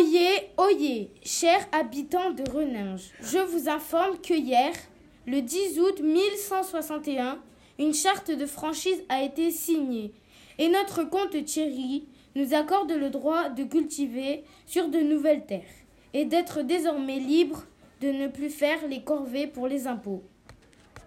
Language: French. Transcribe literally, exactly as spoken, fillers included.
Oyez, oyez, chers habitants de Reninge, je vous informe que hier, le dix août mille cent soixante et un, une charte de franchise a été signée et notre comte Thierry nous accorde le droit de cultiver sur de nouvelles terres et d'être désormais libres de ne plus faire les corvées pour les impôts.